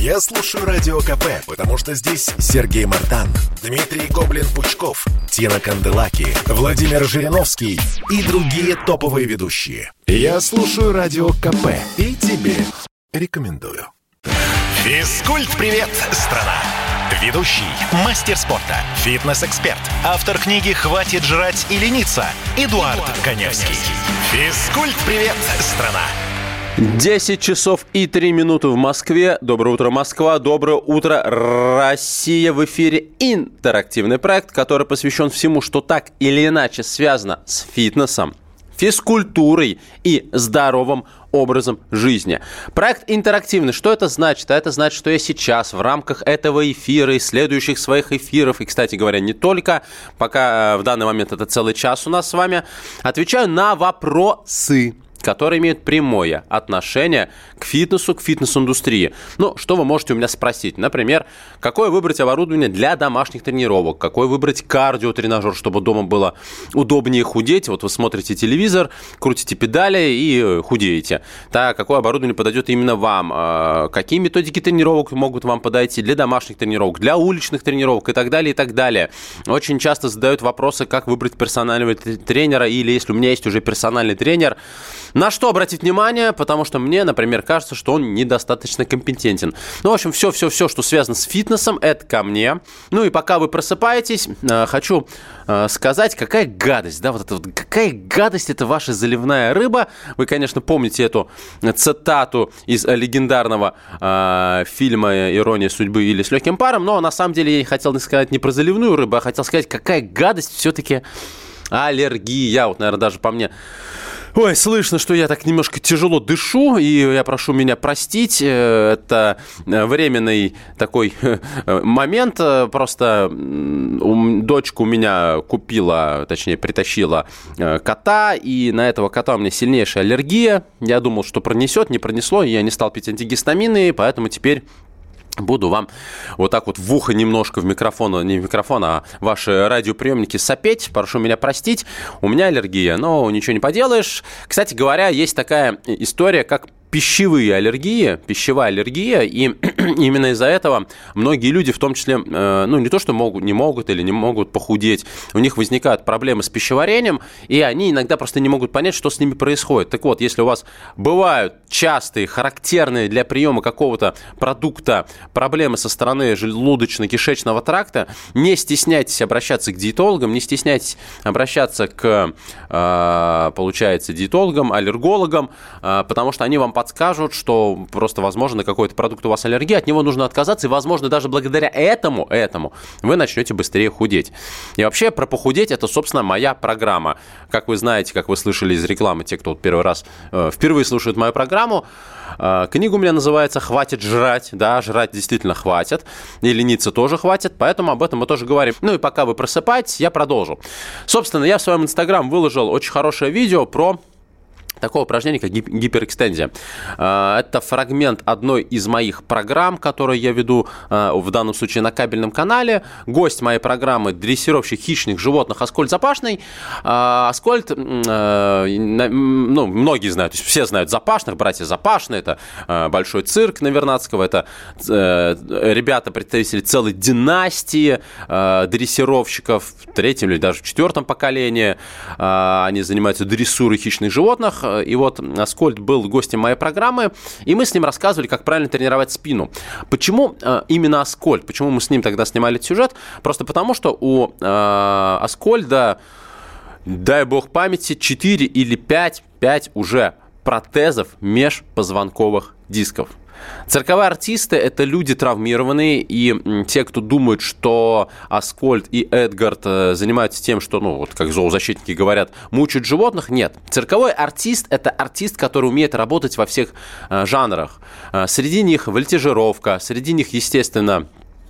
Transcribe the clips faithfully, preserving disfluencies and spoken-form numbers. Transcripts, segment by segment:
Я слушаю Радио КП, потому что здесь Сергей Мартан, Дмитрий Гоблин-Пучков, Тина Канделаки, Владимир Жириновский и другие топовые ведущие. Я слушаю Радио КП и тебе рекомендую. Физкульт-привет, страна! Ведущий, мастер спорта, фитнес-эксперт, автор книги «Хватит жрать и лениться» Эдуард, Эдуард Коневский. Физкульт-привет, страна! десять часов и три минуты в Москве. Доброе утро, Москва. Доброе утро, Россия. В эфире интерактивный проект, который посвящен всему, что так или иначе связано с фитнесом, физкультурой и здоровым образом жизни. Проект интерактивный. Что это значит? А это значит, что я сейчас в рамках этого эфира и следующих своих эфиров, и, кстати говоря, не только, пока в данный момент это целый час у нас с вами, отвечаю на вопросы, которые имеют прямое отношение к фитнесу, к фитнес-индустрии. Ну, что вы можете у меня спросить? Например, какое выбрать оборудование для домашних тренировок? Какой выбрать кардиотренажер, чтобы дома было удобнее худеть? Вот вы смотрите телевизор, крутите педали и худеете. Так, какое оборудование подойдет именно вам? Какие методики тренировок могут вам подойти для домашних тренировок, для уличных тренировок и так далее, и так далее. Очень часто задают вопросы, как выбрать персонального тренера, или если у меня есть уже персональный тренер, на что обратить внимание, потому что мне, например, кажется, что он недостаточно компетентен. Ну, в общем, все-все-все, что связано с фитнесом, это ко мне. Ну и пока вы просыпаетесь, хочу сказать, какая гадость, да, вот это вот, какая гадость это ваша заливная рыба. Вы, конечно, помните эту цитату из легендарного э, фильма «Ирония судьбы» или «С легким паром», но на самом деле я хотел сказать не про заливную рыбу, а хотел сказать, какая гадость все-таки аллергия. Вот, наверное, даже по мне... Ой, слышно, что я так немножко тяжело дышу, и я прошу меня простить. Это временный такой момент. Просто дочка у меня купила, точнее, притащила кота, и на этого кота у меня сильнейшая аллергия. Я думал, что пронесет, не пронесло, и я не стал пить антигистамины, поэтому теперь... буду вам вот так вот в ухо немножко в микрофон, не в микрофон, а ваши радиоприемники сопеть. Прошу меня простить, у меня аллергия, но ничего не поделаешь. Кстати говоря, есть такая история, как пищевые аллергии, пищевая аллергия, и именно из-за этого многие люди, в том числе, ну, не то, что могут, не могут или не могут похудеть, у них возникают проблемы с пищеварением, и они иногда просто не могут понять, что с ними происходит. Так вот, если у вас бывают частые, характерные для приема какого-то продукта проблемы со стороны желудочно-кишечного тракта, не стесняйтесь обращаться к диетологам, не стесняйтесь обращаться к, получается, диетологам, аллергологам, потому что они вам подскажут, что просто, возможно, на какой-то продукт у вас аллергия, от него нужно отказаться, и, возможно, даже благодаря этому, этому вы начнете быстрее худеть. И вообще, про похудеть, это, собственно, моя программа. Как вы знаете, как вы слышали из рекламы, те, кто вот первый раз, э, впервые слушают мою программу, э, книга у меня называется «Хватит жрать». Да, жрать действительно хватит, и лениться тоже хватит, поэтому об этом мы тоже говорим. Ну и пока вы просыпаетесь, я продолжу. Собственно, я в своем инстаграм выложил очень хорошее видео про такое упражнение, как гиперэкстензия. Это фрагмент одной из моих программ, которые я веду в данном случае на кабельном канале. Гость моей программы — дрессировщик хищных животных Аскольд Запашный. Аскольд, ну, многие знают, то есть все знают Запашных, братья Запашные, это большой цирк Навернадского, это ребята, представители целой династии дрессировщиков в третьем или даже в четвертом поколении. Они занимаются дрессурой хищных животных. И вот Аскольд был гостем моей программы, и мы с ним рассказывали, как правильно тренировать спину. Почему э, именно Аскольд? Почему мы с ним тогда снимали этот сюжет? Просто потому, что у э, Аскольда, дай бог памяти, четыре или пять, пять уже протезов межпозвонковых дисков. Цирковые артисты – это люди травмированные, и те, кто думают, что Аскольд и Эдгард занимаются тем, что, ну, вот как зоозащитники говорят, мучают животных, нет. Цирковой артист – это артист, который умеет работать во всех жанрах. Среди них вольтежировка, среди них, естественно,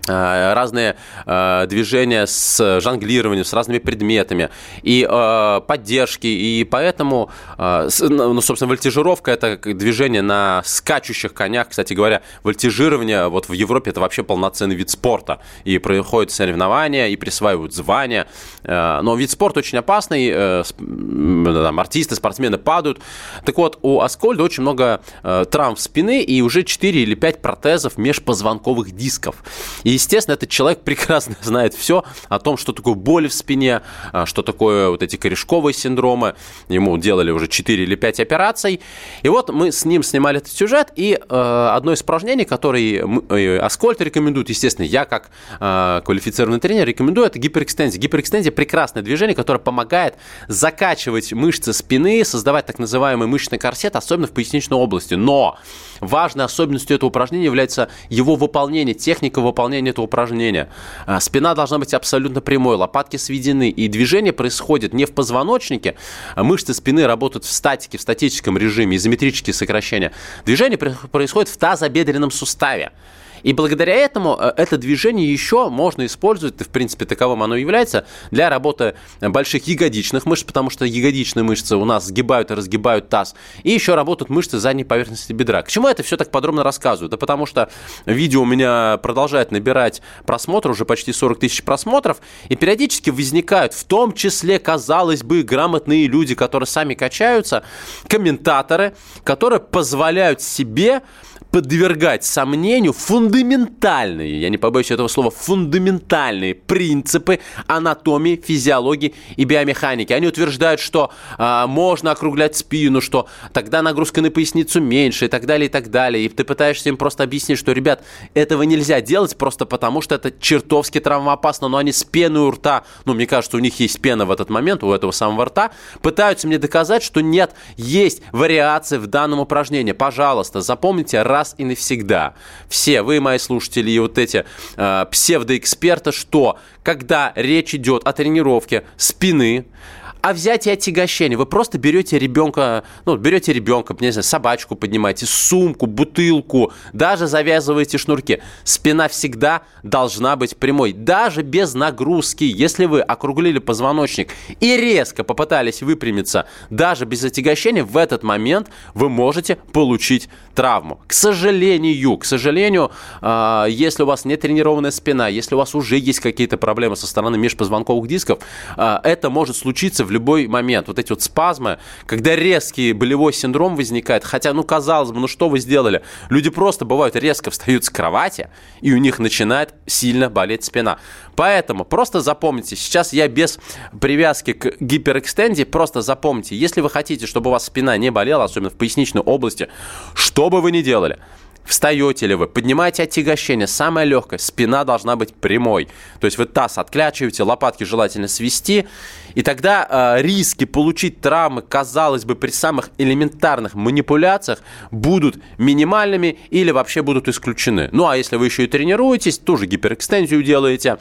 разные э, движения с жонглированием, с разными предметами, и э, поддержки, и поэтому, э, с, ну, собственно, вольтижировка – это движение на скачущих конях. Кстати говоря, вольтижирование вот в Европе – это вообще полноценный вид спорта, и проходят соревнования, и присваивают звания, э, но вид спорта очень опасный, э, там, артисты, спортсмены падают. Так вот, у Аскольда очень много э, травм спины и уже четыре или пять протезов межпозвонковых дисков. И, естественно, этот человек прекрасно знает все о том, что такое боль в спине, что такое вот эти корешковые синдромы. Ему делали уже четыре или пять операций. И вот мы с ним снимали этот сюжет, и э, одно из упражнений, которое э, Аскольд рекомендует, естественно, я как э, квалифицированный тренер рекомендую, это гиперэкстензия. Гиперэкстензия – прекрасное движение, которое помогает закачивать мышцы спины, создавать так называемый мышечный корсет, особенно в поясничной области. Но важной особенностью этого упражнения является его выполнение, техника выполнения этого упражнения. Спина должна быть абсолютно прямой, лопатки сведены, и движение происходит не в позвоночнике, мышцы спины работают в статике, в статическом режиме, изометрические сокращения. Движение происходит в тазобедренном суставе. И благодаря этому это движение еще можно использовать, и в принципе таковым оно и является, для работы больших ягодичных мышц, потому что ягодичные мышцы у нас сгибают и разгибают таз, и еще работают мышцы задней поверхности бедра. К чему я это все так подробно рассказываю? Да потому что видео у меня продолжает набирать просмотры, уже почти сорок тысяч просмотров, и периодически возникают, в том числе, казалось бы, грамотные люди, которые сами качаются, комментаторы, которые позволяют себе подвергать сомнению фундаментальные, я не побоюсь этого слова, фундаментальные принципы анатомии, физиологии и биомеханики. Они утверждают, что а, можно округлять спину, что тогда нагрузка на поясницу меньше и так далее, и так далее. И ты пытаешься им просто объяснить, что, ребят, этого нельзя делать просто потому, что это чертовски травмоопасно, но они с пеной у рта, ну, мне кажется, у них есть пена в этот момент, у этого самого рта, пытаются мне доказать, что нет, есть вариации в данном упражнении. Пожалуйста, запомните раз и навсегда. Все вы, мои слушатели, и вот эти э, псевдоэксперты, что когда речь идет о тренировке спины, о взятии отягощения, вы просто берете ребенка, ну, берете ребенка, не знаю, собачку поднимаете, сумку, бутылку, даже завязываете шнурки. Спина всегда должна быть прямой, даже без нагрузки. Если вы округлили позвоночник и резко попытались выпрямиться, даже без отягощения, в этот момент вы можете получить травму. К сожалению, к сожалению, э, если у вас не тренированная спина, если у вас уже есть какие-то проблемы со стороны межпозвонковых дисков, э, это может случиться в любой момент. Вот эти вот спазмы, когда резкий болевой синдром возникает, хотя, ну, казалось бы, ну, что вы сделали? Люди просто, бывают, резко встают с кровати, и у них начинает сильно болеть спина. Поэтому просто запомните, сейчас я без привязки к гиперэкстензии, просто запомните, если вы хотите, чтобы у вас спина не болела, особенно в поясничной области, что бы вы ни делали, встаете ли вы, поднимаете отягощение, самое легкое, спина должна быть прямой. То есть вы таз отклячиваете, лопатки желательно свести, и тогда э, риски получить травмы, казалось бы, при самых элементарных манипуляциях будут минимальными или вообще будут исключены. Ну, а если вы еще и тренируетесь, тоже гиперэкстензию делаете,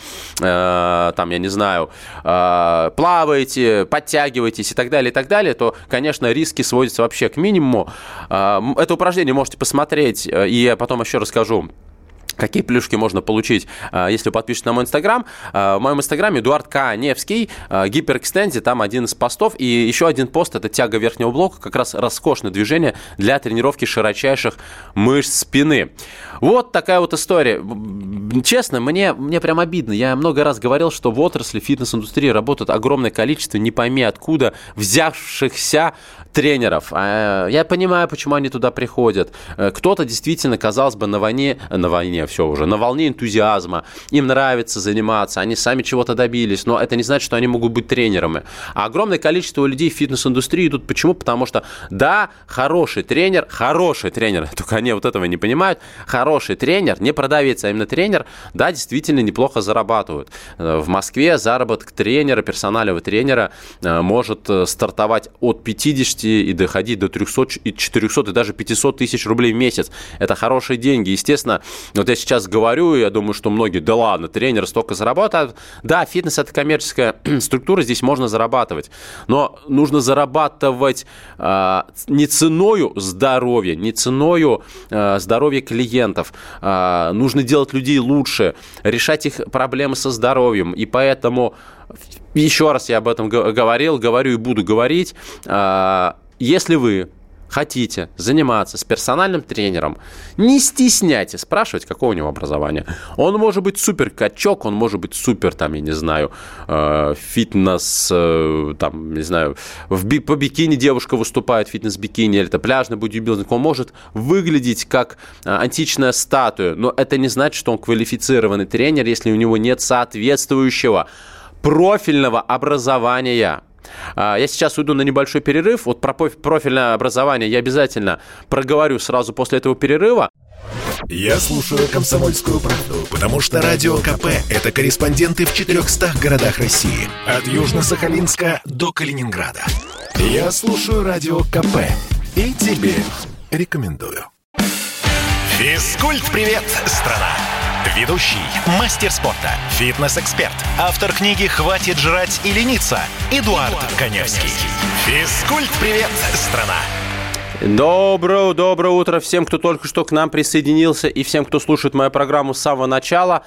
э, там, я не знаю, э, плаваете, подтягиваетесь и так далее, и так далее, то, конечно, риски сводятся вообще к минимуму. Э, это упражнение можете посмотреть, и я потом еще расскажу, какие плюшки можно получить, если вы подпишетесь на мой инстаграм. В моем инстаграме Эдуард Каневский, гиперэкстензия, там один из постов. И еще один пост – это тяга верхнего блока, как раз роскошное движение для тренировки широчайших мышц спины. Вот такая вот история. Честно, мне, мне прям обидно. Я много раз говорил, что в отрасли фитнес-индустрии работает огромное количество, не пойми откуда, взявшихся тренеров. Я понимаю, почему они туда приходят. Кто-то действительно, казалось бы, на войне, на войне, все уже, на волне энтузиазма, им нравится заниматься, они сами чего-то добились, но это не значит, что они могут быть тренерами. А огромное количество людей в фитнес-индустрии идут. Почему? Потому что, да, хороший тренер, хороший тренер, только они вот этого не понимают, хороший тренер, не продавец, а именно тренер, да, действительно неплохо зарабатывают. В Москве заработок тренера, персонального тренера может стартовать от пятидесяти и доходить до трехсот, четырехсот и даже пятисот тысяч рублей в месяц. Это хорошие деньги. Естественно, вот я сейчас говорю, я думаю, что многие, да ладно, тренеры столько зарабатывают. Да, фитнес – это коммерческая структура, здесь можно зарабатывать. Но нужно зарабатывать э, не ценою здоровья, не ценою э, здоровья клиентов. Э, нужно делать людей лучше, решать их проблемы со здоровьем. И поэтому, еще раз я об этом говорил, говорю и буду говорить, э, если вы хотите заниматься с персональным тренером, не стесняйтесь спрашивать, какое у него образование. Он может быть супер качок, он может быть супер, там, я не знаю, э, фитнес, э, там, не знаю, в би- по бикини девушка выступает, фитнес-бикини, или это пляжный бодибилдинг, он может выглядеть как э, античная статуя, но это не значит, что он квалифицированный тренер, если у него нет соответствующего профильного образования. Я сейчас уйду на небольшой перерыв. Вот про профильное образование я обязательно проговорю сразу после этого перерыва. Я слушаю «Комсомольскую правду», потому что Радио КП – это корреспонденты в четырехстах городах России. От Южно-Сахалинска до Калининграда. Я слушаю Радио КП и тебе рекомендую. Физкульт-привет, страна! Ведущий, мастер спорта, фитнес-эксперт, автор книги «Хватит жрать и лениться» Эдуард, Эдуард Коневский. Физкульт-привет, страна! Доброе, доброе утро всем, кто только что к нам присоединился, и всем, кто слушает мою программу с самого начала.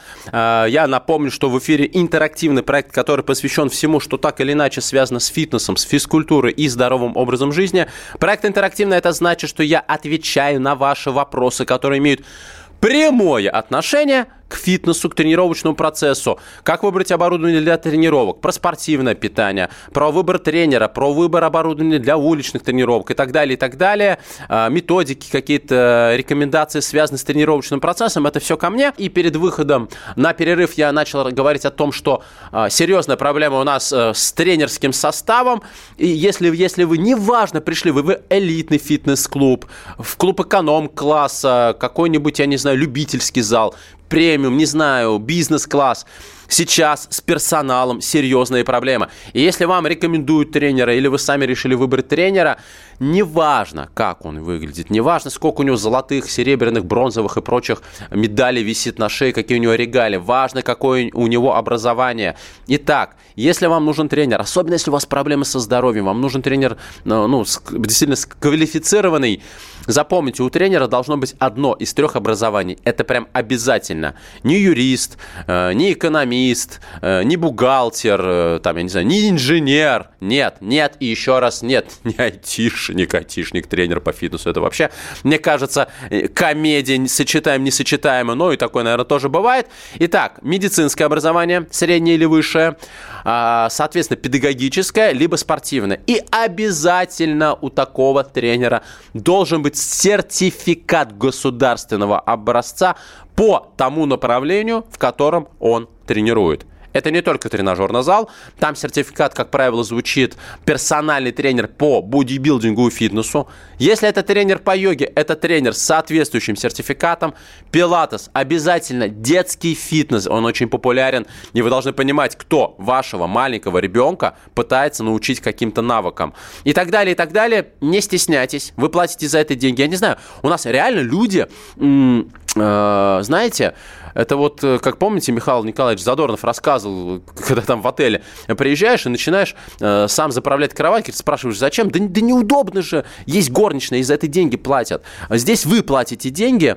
Я напомню, что в эфире интерактивный проект, который посвящен всему, что так или иначе связано с фитнесом, с физкультурой и здоровым образом жизни. Проект интерактивный – это значит, что я отвечаю на ваши вопросы, которые имеют прямое отношение к фитнесу, к тренировочному процессу. Как выбрать оборудование для тренировок, про спортивное питание, про выбор тренера, про выбор оборудования для уличных тренировок и так далее, и так далее. Методики, какие-то рекомендации, связанные с тренировочным процессом, это все ко мне. И перед выходом на перерыв я начал говорить о том, что серьезная проблема у нас с тренерским составом. И если, если вы, неважно, пришли вы в элитный фитнес-клуб, в клуб эконом-класса, какой-нибудь, я не знаю, любительский зал, премиум, не знаю, бизнес-класс. Сейчас с персоналом серьезные проблемы. И если вам рекомендуют тренера, или вы сами решили выбрать тренера, неважно, как он выглядит, неважно, сколько у него золотых, серебряных, бронзовых и прочих медалей висит на шее, какие у него регалии, важно, какое у него образование. Итак, если вам нужен тренер, особенно если у вас проблемы со здоровьем, вам нужен тренер, ну, действительно квалифицированный, запомните, у тренера должно быть одно из трех образований. Это прям обязательно. Не юрист, не экономист, не бухгалтер, там, я не знаю, не инженер. Нет, нет и еще раз нет. Не айтишник, айтишник, тренер по фитнесу. Это вообще, мне кажется, комедия, сочетаем несочетаемо. Ну и такое, наверное, тоже бывает. Итак, медицинское образование, среднее или высшее, соответственно, педагогическое, либо спортивное. И обязательно у такого тренера должен быть сертификат государственного образца по тому направлению, в котором он тренирует. Это не только тренажерный зал. Там сертификат, как правило, звучит персональный тренер по бодибилдингу и фитнесу. Если это тренер по йоге, это тренер с соответствующим сертификатом. Пилатес обязательно детский фитнес. Он очень популярен. И вы должны понимать, кто вашего маленького ребенка пытается научить каким-то навыкам. И так далее, и так далее. Не стесняйтесь. Вы платите за это деньги. Я не знаю, у нас реально люди, м- э- знаете... Это вот, как помните, Михаил Николаевич Задорнов рассказывал, когда там в отеле приезжаешь и начинаешь э, сам заправлять кровать, спрашиваешь, зачем? Да, да неудобно же, есть горничная, и за это деньги платят. Здесь вы платите деньги,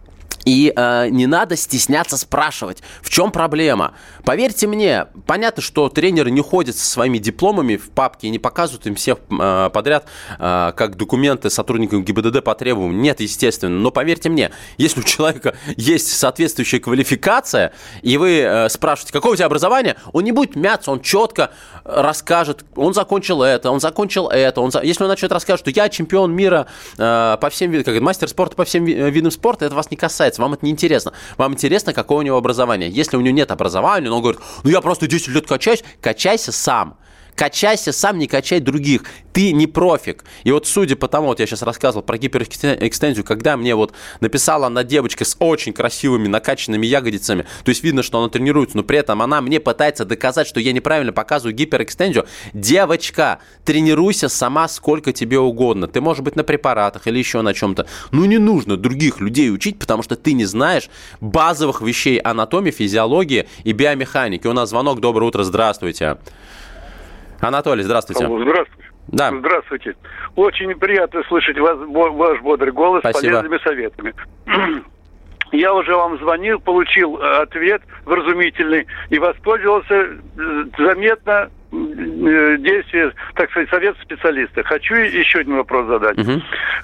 и э, не надо стесняться спрашивать, в чем проблема. Поверьте мне, понятно, что тренеры не ходят со своими дипломами в папке и не показывают им всех э, подряд, э, как документы сотрудникам ГИБДД по требованиям. Нет, естественно. Но поверьте мне, если у человека есть соответствующая квалификация, и вы э, спрашиваете, какое у тебя образование, он не будет мяться, он четко расскажет, он закончил это, он закончил это. Он за... Если он начнет рассказывать, что я чемпион мира э, по всем видам, как мастер спорта по всем видам спорта, это вас не касается. Вам это не интересно. Вам интересно, какое у него образование. Если у него нет образования, он говорит, ну я просто десять лет качаюсь, качайся сам. Качайся сам, не качай других. Ты не профик. И вот судя по тому, вот я сейчас рассказывал про гиперэкстензию, когда мне вот написала одна девочка с очень красивыми накачанными ягодицами, то есть видно, что она тренируется, но при этом она мне пытается доказать, что я неправильно показываю гиперэкстензию. Девочка, тренируйся сама сколько тебе угодно. Ты, может быть, на препаратах или еще на чем-то. Ну, не нужно других людей учить, потому что ты не знаешь базовых вещей анатомии, физиологии и биомеханики. У нас звонок. Доброе утро, здравствуйте. Анатолий, здравствуйте. Алло, здравствуйте. Да. Здравствуйте. Очень приятно слышать вас, ваш бодрый голос. Спасибо. С полезными советами. Я уже вам звонил, получил ответ вразумительный и воспользовался заметно действия, так сказать, совет специалиста. Хочу еще один вопрос задать. Угу.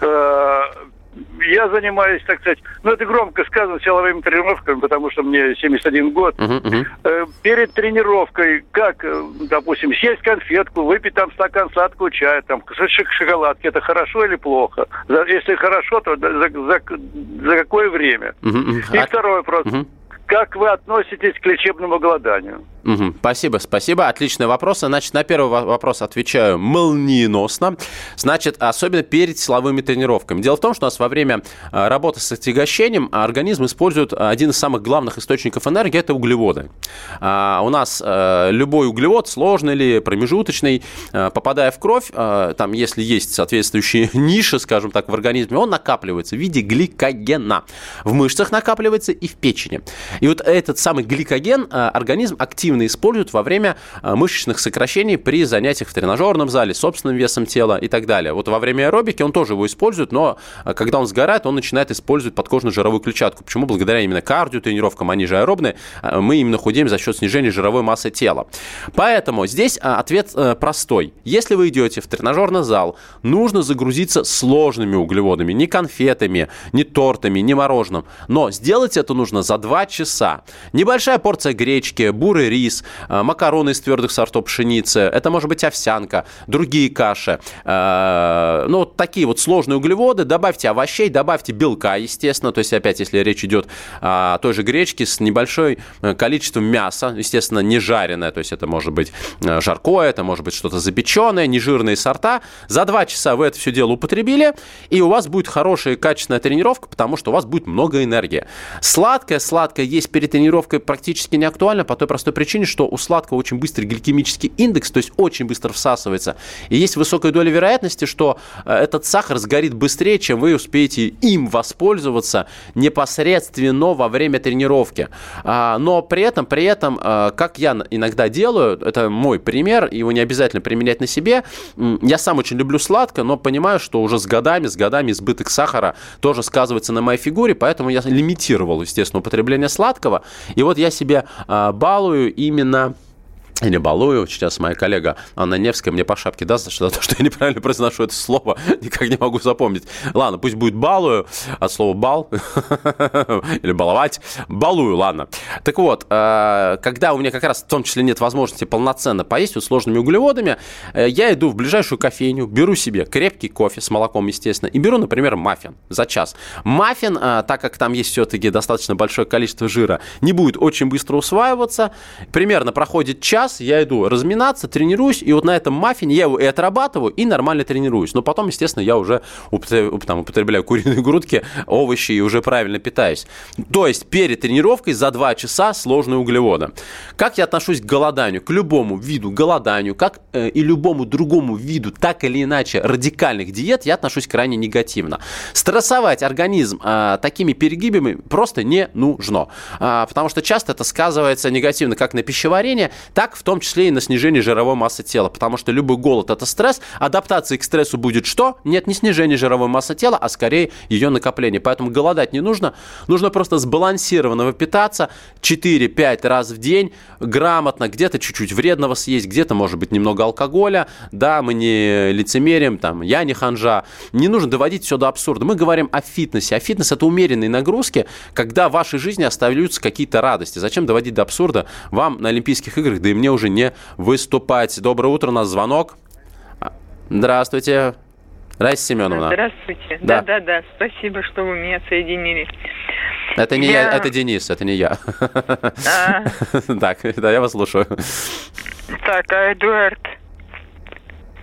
Я занимаюсь, так сказать, ну это громко сказано, силовыми тренировками, потому что мне семьдесят один год. Uh-huh, uh-huh. Перед тренировкой, как, допустим, съесть конфетку, выпить там стакан сладкого чая, там, шоколадки, это хорошо или плохо? Если хорошо, то за, за, за какое время? Uh-huh, uh-huh. И а... второй вопрос. Uh-huh. Как вы относитесь к лечебному голоданию? Угу. Спасибо, спасибо. Отличный вопрос. Значит, на первый вопрос отвечаю молниеносно. Значит, особенно перед силовыми тренировками. Дело в том, что у нас во время работы с отягощением организм использует один из самых главных источников энергии – это углеводы. У нас любой углевод, сложный или промежуточный, попадая в кровь, там, если есть соответствующие ниши, скажем так, в организме, он накапливается в виде гликогена. В мышцах накапливается и в печени. И вот этот самый гликоген организм активно используют во время мышечных сокращений при занятиях в тренажерном зале, собственным весом тела и так далее. Вот во время аэробики он тоже его использует, но когда он сгорает, он начинает использовать подкожно-жировую клетчатку. Почему? Благодаря именно кардиотренировкам, они же аэробные, мы именно худеем за счет снижения жировой массы тела. Поэтому здесь ответ простой. Если вы идете в тренажерный зал, нужно загрузиться сложными углеводами, не конфетами, не тортами, не мороженым, но сделать это нужно за два часа. Небольшая порция гречки, бурый рис, рис, макароны из твердых сортов пшеницы, это может быть овсянка, другие каши. Ну, вот такие вот сложные углеводы. Добавьте овощей, добавьте белка, естественно. То есть, опять, если речь идет о той же гречке с небольшим количеством мяса, естественно, не жареное. То есть, это может быть жаркое, это может быть что-то запеченное, нежирные сорта. За два часа вы это все дело употребили, и у вас будет хорошая и качественная тренировка, потому что у вас будет много энергии. Сладкое, сладкое есть перед тренировкой практически не актуально по той простой причине, что у сладкого очень быстрый гликемический индекс, то есть очень быстро всасывается. И есть высокая доля вероятности, что этот сахар сгорит быстрее, чем вы успеете им воспользоваться непосредственно во время тренировки. Но при этом, при этом, как я иногда делаю, это мой пример, его не обязательно применять на себе. Я сам очень люблю сладкое, но понимаю, что уже с годами, с годами избыток сахара тоже сказывается на моей фигуре, поэтому я лимитировал, естественно, употребление сладкого. И вот я себе балую именно... Или балую. Сейчас моя коллега Анна Невская мне по шапке даст за то, что я неправильно произношу это слово. Никак не могу запомнить. Ладно, пусть будет балую. От слова бал. Или баловать. Балую, ладно. Так вот, когда у меня как раз в том числе нет возможности полноценно поесть вот сложными углеводами, я иду в ближайшую кофейню, беру себе крепкий кофе с молоком, естественно, и беру, например, маффин за час. Маффин, так как там есть все-таки достаточно большое количество жира, не будет очень быстро усваиваться. Примерно проходит час, я иду разминаться, тренируюсь, и вот на этом маффине я его и отрабатываю, и нормально тренируюсь. Но потом, естественно, я уже употребляю куриные грудки, овощи и уже правильно питаюсь. То есть перед тренировкой за два часа сложные углеводы. Как я отношусь к голоданию? К любому виду голоданию, как э, и любому другому виду, так или иначе, радикальных диет, я отношусь крайне негативно. Стрессовать организм э, такими перегибами просто не нужно. Э, потому что часто это сказывается негативно как на пищеварении, так в том числе и на снижении жировой массы тела, потому что любой голод – это стресс, адаптацией к стрессу будет что? Нет, не снижение жировой массы тела, а скорее ее накопление. Поэтому голодать не нужно, нужно просто сбалансированно питаться четыре-пять раз в день, грамотно, где-то чуть-чуть вредного съесть, где-то, может быть, немного алкоголя, да, мы не лицемерим, там, я не ханжа, не нужно доводить все до абсурда. Мы говорим о фитнесе, а фитнес – это умеренные нагрузки, когда в вашей жизни остаются какие-то радости. Зачем доводить до абсурда вам на Олимпийских играх, да и мне уже не выступать. Доброе утро, у нас звонок. Здравствуйте. Раиса Семеновна. Здравствуйте. Да-да-да, спасибо, что вы меня соединили. Это не я, я это Денис, это не я. А... Так, да, я вас слушаю. Так, а Эдуард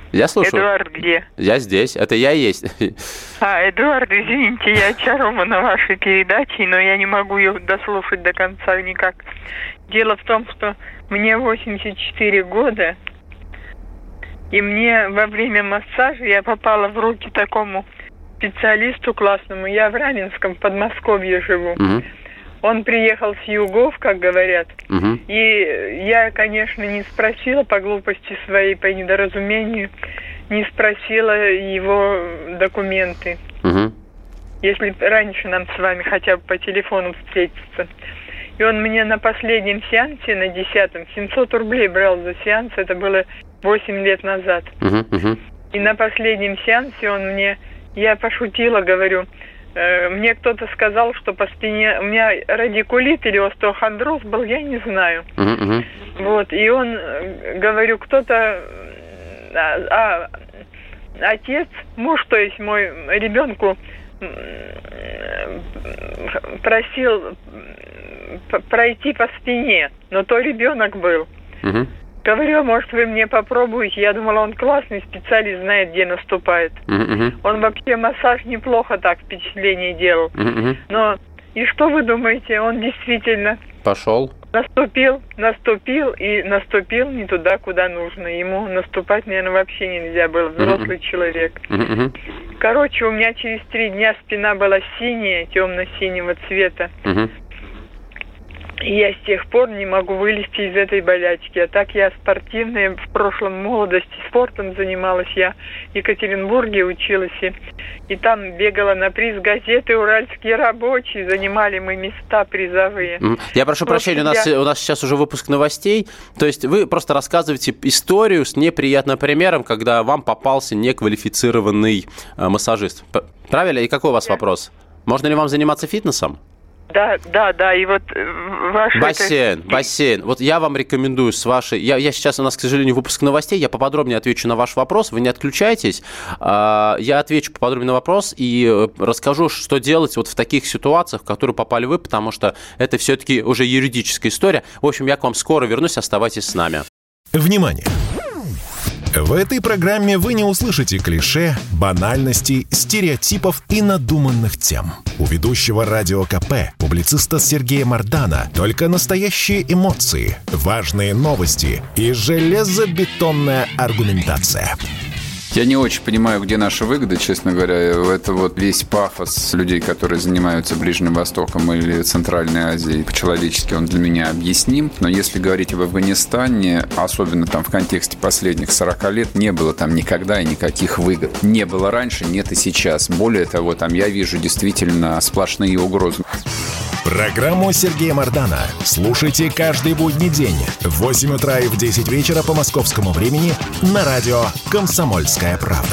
Я слушаю. Эдуард где? Я здесь. Это я и есть. А, Эдуард, извините, я очарована вашей передачей, но я не могу ее дослушать до конца никак. Дело в том, что мне восемьдесят четыре года, и мне во время массажа я попала в руки такому специалисту классному. Я в Раменском, в Подмосковье живу. Угу. Он приехал с югов, как говорят. Угу. И я, конечно, не спросила по глупости своей, по недоразумению, не спросила его документы. Угу. Если раньше нам с вами хотя бы по телефону встретиться. И он мне на последнем сеансе, на десятом, семьсот рублей брал за сеанс. Это было восемь лет назад. Угу, угу. И на последнем сеансе он мне... Я пошутила, говорю... Мне кто-то сказал, что по спине у меня радикулит или остеохондроз был, я не знаю. Uh-huh. Вот, и он, говорю, кто-то, а, а, отец, муж, то есть мой, ребенку просил пройти по спине, но то ребенок был. Uh-huh. Говорю, может, вы мне попробуете. Я думала, он классный специалист, знает, где наступает. Uh-huh. Он вообще массаж неплохо так впечатление делал. Uh-huh. Но и что вы думаете? Он действительно... Пошел. Наступил, наступил и наступил не туда, куда нужно. Ему наступать, наверное, вообще нельзя было. Взрослый uh-huh. человек. Uh-huh. Короче, у меня через три дня спина была синяя, темно-синего цвета. Uh-huh. И я с тех пор не могу вылезти из этой болячки. А так я спортивная, в прошлом молодости спортом занималась. Я в Екатеринбурге училась. И, и там бегала на приз газеты «Уральские рабочие». Занимали мы места призовые. Я прошу просто прощения, у нас, я... у нас сейчас уже выпуск новостей. То есть вы просто рассказываете историю с неприятным примером, когда вам попался неквалифицированный э, массажист. Правильно? И какой у вас да. вопрос? Можно ли вам заниматься фитнесом? Да, да, да, и вот ваш... Бассейн, это... бассейн. Вот я вам рекомендую с вашей... Я, я сейчас, у нас, к сожалению, выпуск новостей, я поподробнее отвечу на ваш вопрос, вы не отключайтесь. Я отвечу поподробнее на вопрос и расскажу, что делать вот в таких ситуациях, в которые попали вы, потому что это все-таки уже юридическая история. В общем, я к вам скоро вернусь, оставайтесь с нами. Внимание! В этой программе вы не услышите клише, банальностей, стереотипов и надуманных тем. У ведущего Радио КП, публициста Сергея Мардана, только настоящие эмоции, важные новости и железобетонная аргументация. Я не очень понимаю, где наша выгода, честно говоря. Это вот весь пафос людей, которые занимаются Ближним Востоком или Центральной Азией. По-человечески он для меня объясним. Но если говорить об Афганистане, особенно там в контексте последних сорока лет, не было там никогда и никаких выгод. Не было раньше, нет и сейчас. Более того, там я вижу действительно сплошные угрозы. Программу Сергея Мардана слушайте каждый будний день в восемь утра и в десять вечера по московскому времени на радио «Комсомольская правда».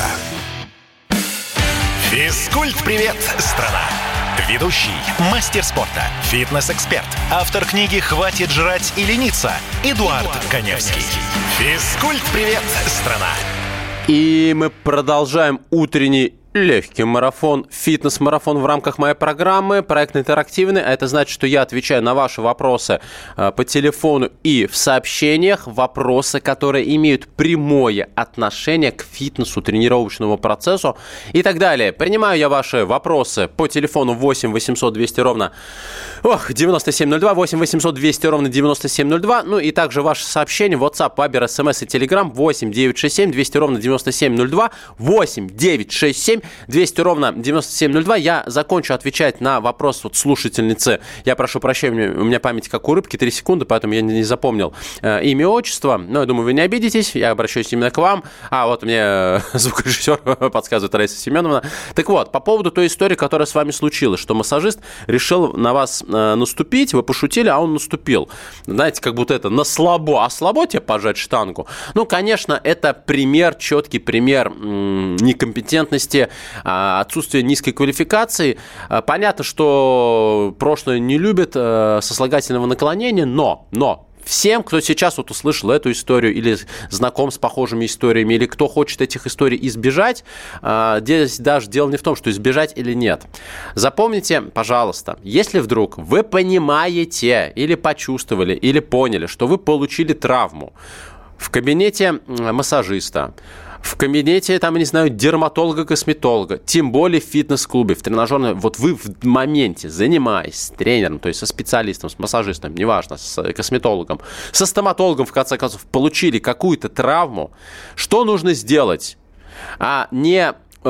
Физкульт-привет, страна! Ведущий, мастер спорта, фитнес-эксперт, автор книги «Хватит жрать и лениться» Эдуард Коневский. Физкульт-привет, страна! И мы продолжаем утренний легкий марафон, фитнес-марафон в рамках моей программы, проект интерактивный, а это значит, что я отвечаю на ваши вопросы э, по телефону и в сообщениях, вопросы, которые имеют прямое отношение к фитнесу, тренировочному процессу и так далее. Принимаю я ваши вопросы по телефону восемь восемьсот двести ровно ох, девяносто семь ноль два, восемь восемьсот двести ровно девяносто семь ноль два, ну и также ваши сообщения в WhatsApp, Viber, смс и Telegram восемь девятьсот шестьдесят семь двести ровно девяносто семь ноль два, восемь девятьсот шестьдесят семь двести ровно девяносто семь ноль два. Я закончу отвечать на вопрос вот слушательницы. Я прошу прощения, у меня память как у рыбки, три секунды, поэтому я не запомнил э, имя, отчество. Но я думаю, вы не обидитесь, я обращаюсь именно к вам. А вот мне э, звукорежиссер подсказывает, Раиса Семеновна. Так вот, по поводу той истории, которая с вами случилась, что массажист решил на вас э, наступить, вы пошутили, а он наступил. Знаете, как будто это на слабо. А слабо тебе пожать штангу? Ну, конечно, это пример, четкий пример м- некомпетентности, отсутствие низкой квалификации. Понятно, что прошлое не любят сослагательного наклонения, но, но всем, кто сейчас вот услышал эту историю или знаком с похожими историями, или кто хочет этих историй избежать, здесь даже дело не в том, что избежать или нет. Запомните, пожалуйста, если вдруг вы понимаете или почувствовали, или поняли, что вы получили травму в кабинете массажиста, в кабинете, там, не знаю, дерматолога-косметолога, тем более в фитнес-клубе, в тренажерном, вот вы в моменте, занимаясь с тренером, то есть со специалистом, с массажистом, неважно, с косметологом, со стоматологом, в конце концов, получили какую-то травму, что нужно сделать? А не